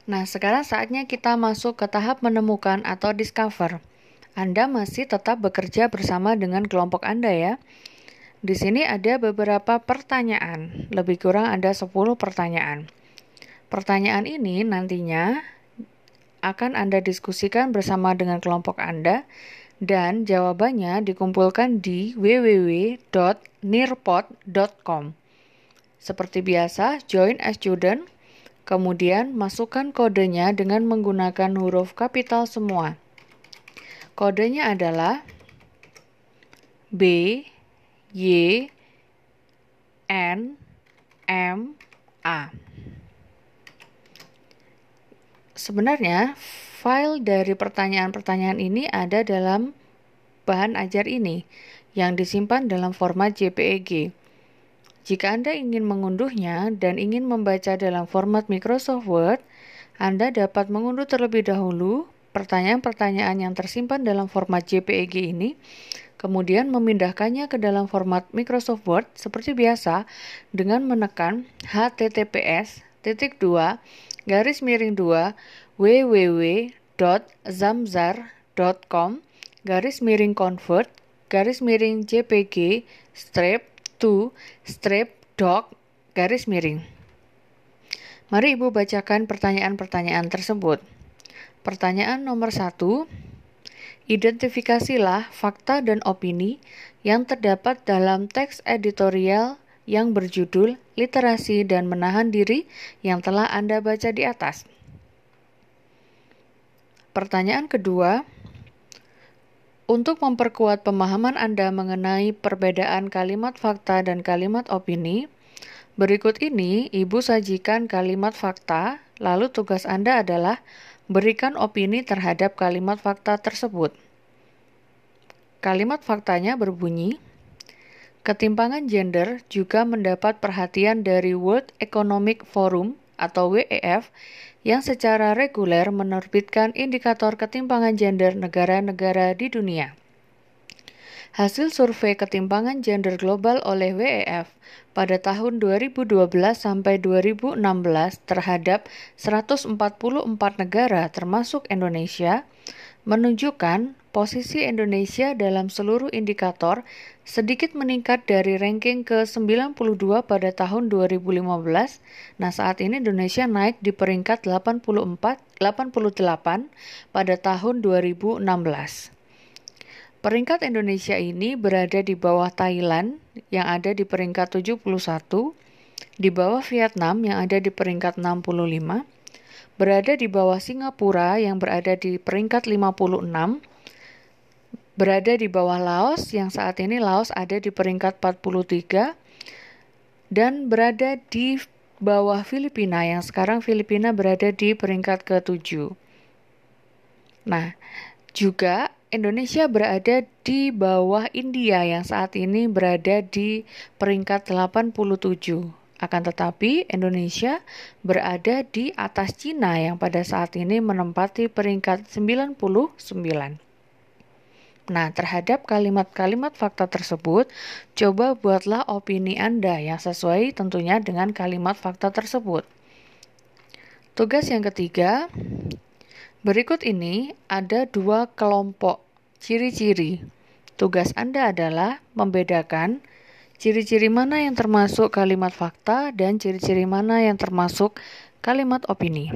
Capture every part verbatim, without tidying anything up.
Nah, sekarang saatnya kita masuk ke tahap menemukan atau discover. Anda masih tetap bekerja bersama dengan kelompok Anda ya. Di sini ada beberapa pertanyaan, lebih kurang ada sepuluh pertanyaan. Pertanyaan ini nantinya akan Anda diskusikan bersama dengan kelompok Anda dan jawabannya dikumpulkan di w w w dot nirpod dot com. Seperti biasa, join as student, kemudian masukkan kodenya dengan menggunakan huruf kapital semua. Kodenya adalah B, Y, N, M, A. Sebenarnya, file dari pertanyaan-pertanyaan ini ada dalam bahan ajar ini, yang disimpan dalam format J P E G. Jika Anda ingin mengunduhnya dan ingin membaca dalam format Microsoft Word, Anda dapat mengunduh terlebih dahulu pertanyaan-pertanyaan yang tersimpan dalam format J P E G ini, kemudian memindahkannya ke dalam format Microsoft Word seperti biasa dengan menekan h t t p s titik dua garis miring dua w w w dot zamzar dot com garis miring convert garis miring jpg strip to strip doc garis miring. Mari Ibu bacakan pertanyaan-pertanyaan tersebut. Pertanyaan nomor satu, identifikasilah fakta dan opini yang terdapat dalam teks editorial yang berjudul Literasi dan Menahan Diri yang telah Anda baca di atas. Pertanyaan kedua, untuk memperkuat pemahaman Anda mengenai perbedaan kalimat fakta dan kalimat opini, berikut ini Ibu sajikan kalimat fakta, lalu tugas Anda adalah berikan opini terhadap kalimat fakta tersebut. Kalimat faktanya berbunyi, ketimpangan gender juga mendapat perhatian dari World Economic Forum atau W E F yang secara reguler menerbitkan indikator ketimpangan gender negara-negara di dunia. Hasil survei ketimpangan gender global oleh W E F pada tahun dua ribu dua belas sampai dua ribu enam belas terhadap seratus empat puluh empat negara termasuk Indonesia menunjukkan posisi Indonesia dalam seluruh indikator sedikit meningkat dari ranking ke sembilan puluh dua pada tahun dua ribu lima belas. Nah, saat ini Indonesia naik di peringkat delapan puluh empat, delapan puluh delapan pada tahun dua ribu enam belas. Peringkat Indonesia ini berada di bawah Thailand yang ada di peringkat tujuh puluh satu, di bawah Vietnam yang ada di peringkat enam puluh lima, berada di bawah Singapura yang berada di peringkat lima puluh enam, berada di bawah Laos yang saat ini Laos ada di peringkat empat puluh tiga, dan berada di bawah Filipina yang sekarang Filipina berada di peringkat ketujuh. Nah, juga Indonesia berada di bawah India yang saat ini berada di peringkat delapan puluh tujuh. Akan tetapi, Indonesia berada di atas Cina yang pada saat ini menempati peringkat sembilan puluh sembilan. Nah, terhadap kalimat-kalimat fakta tersebut, coba buatlah opini Anda yang sesuai tentunya dengan kalimat fakta tersebut. Tugas yang ketiga, berikut ini ada dua kelompok ciri-ciri. Tugas Anda adalah membedakan ciri-ciri mana yang termasuk kalimat fakta dan ciri-ciri mana yang termasuk kalimat opini.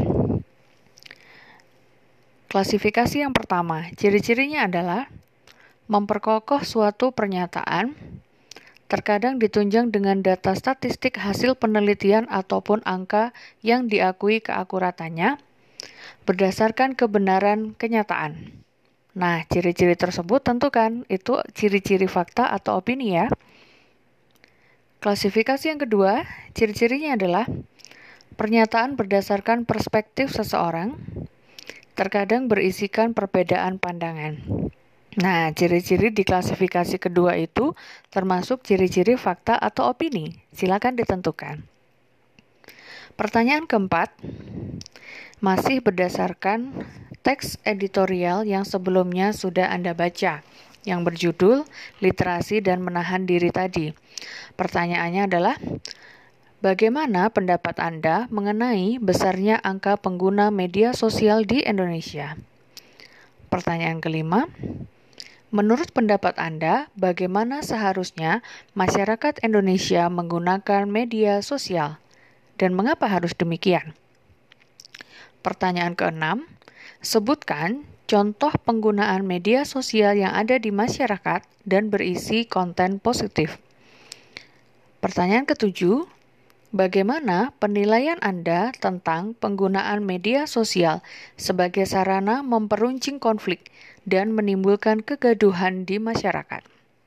Klasifikasi yang pertama, ciri-cirinya adalah memperkokoh suatu pernyataan, terkadang ditunjang dengan data statistik hasil penelitian ataupun angka yang diakui keakuratannya, berdasarkan kebenaran kenyataan. Nah, ciri-ciri tersebut tentukan itu ciri-ciri fakta atau opini ya. Klasifikasi yang kedua, ciri-cirinya adalah pernyataan berdasarkan perspektif seseorang, terkadang berisikan perbedaan pandangan. Nah, ciri-ciri di klasifikasi kedua itu termasuk ciri-ciri fakta atau opini. Silakan ditentukan. Pertanyaan keempat, masih berdasarkan teks editorial yang sebelumnya sudah Anda baca, yang berjudul Literasi dan Menahan Diri tadi. Pertanyaannya adalah, Bagaimana pendapat Anda mengenai besarnya angka pengguna media sosial di Indonesia? Pertanyaan kelima, menurut pendapat Anda, bagaimana seharusnya masyarakat Indonesia menggunakan media sosial? Dan mengapa harus demikian? Pertanyaan keenam, sebutkan contoh penggunaan media sosial yang ada di masyarakat dan berisi konten positif. Pertanyaan ketujuh, bagaimana penilaian Anda tentang penggunaan media sosial sebagai sarana memperuncing konflik dan menimbulkan kegaduhan di masyarakat?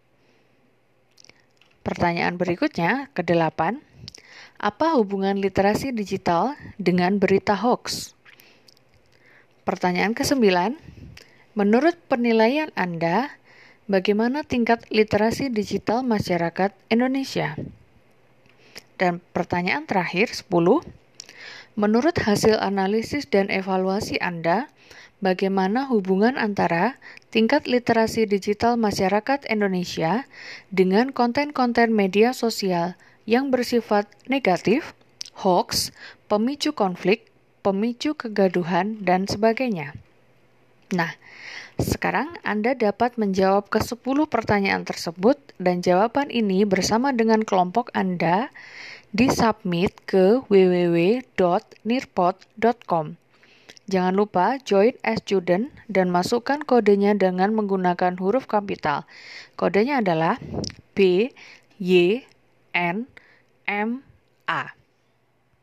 Pertanyaan berikutnya, kedelapan, apa hubungan literasi digital dengan berita hoax? Pertanyaan kesembilan, menurut penilaian Anda, bagaimana tingkat literasi digital masyarakat Indonesia? Dan pertanyaan terakhir, sepuluh, menurut hasil analisis dan evaluasi Anda, bagaimana hubungan antara tingkat literasi digital masyarakat Indonesia dengan konten-konten media sosial yang bersifat negatif, hoax, pemicu konflik, pemicu kegaduhan, dan sebagainya? Nah, sekarang Anda dapat menjawab ke sepuluh pertanyaan tersebut dan jawaban ini bersama dengan kelompok Anda disubmit ke w w w dot nirpod dot com. Jangan lupa join as student dan masukkan kodenya dengan menggunakan huruf kapital. Kodenya adalah B Y N M A.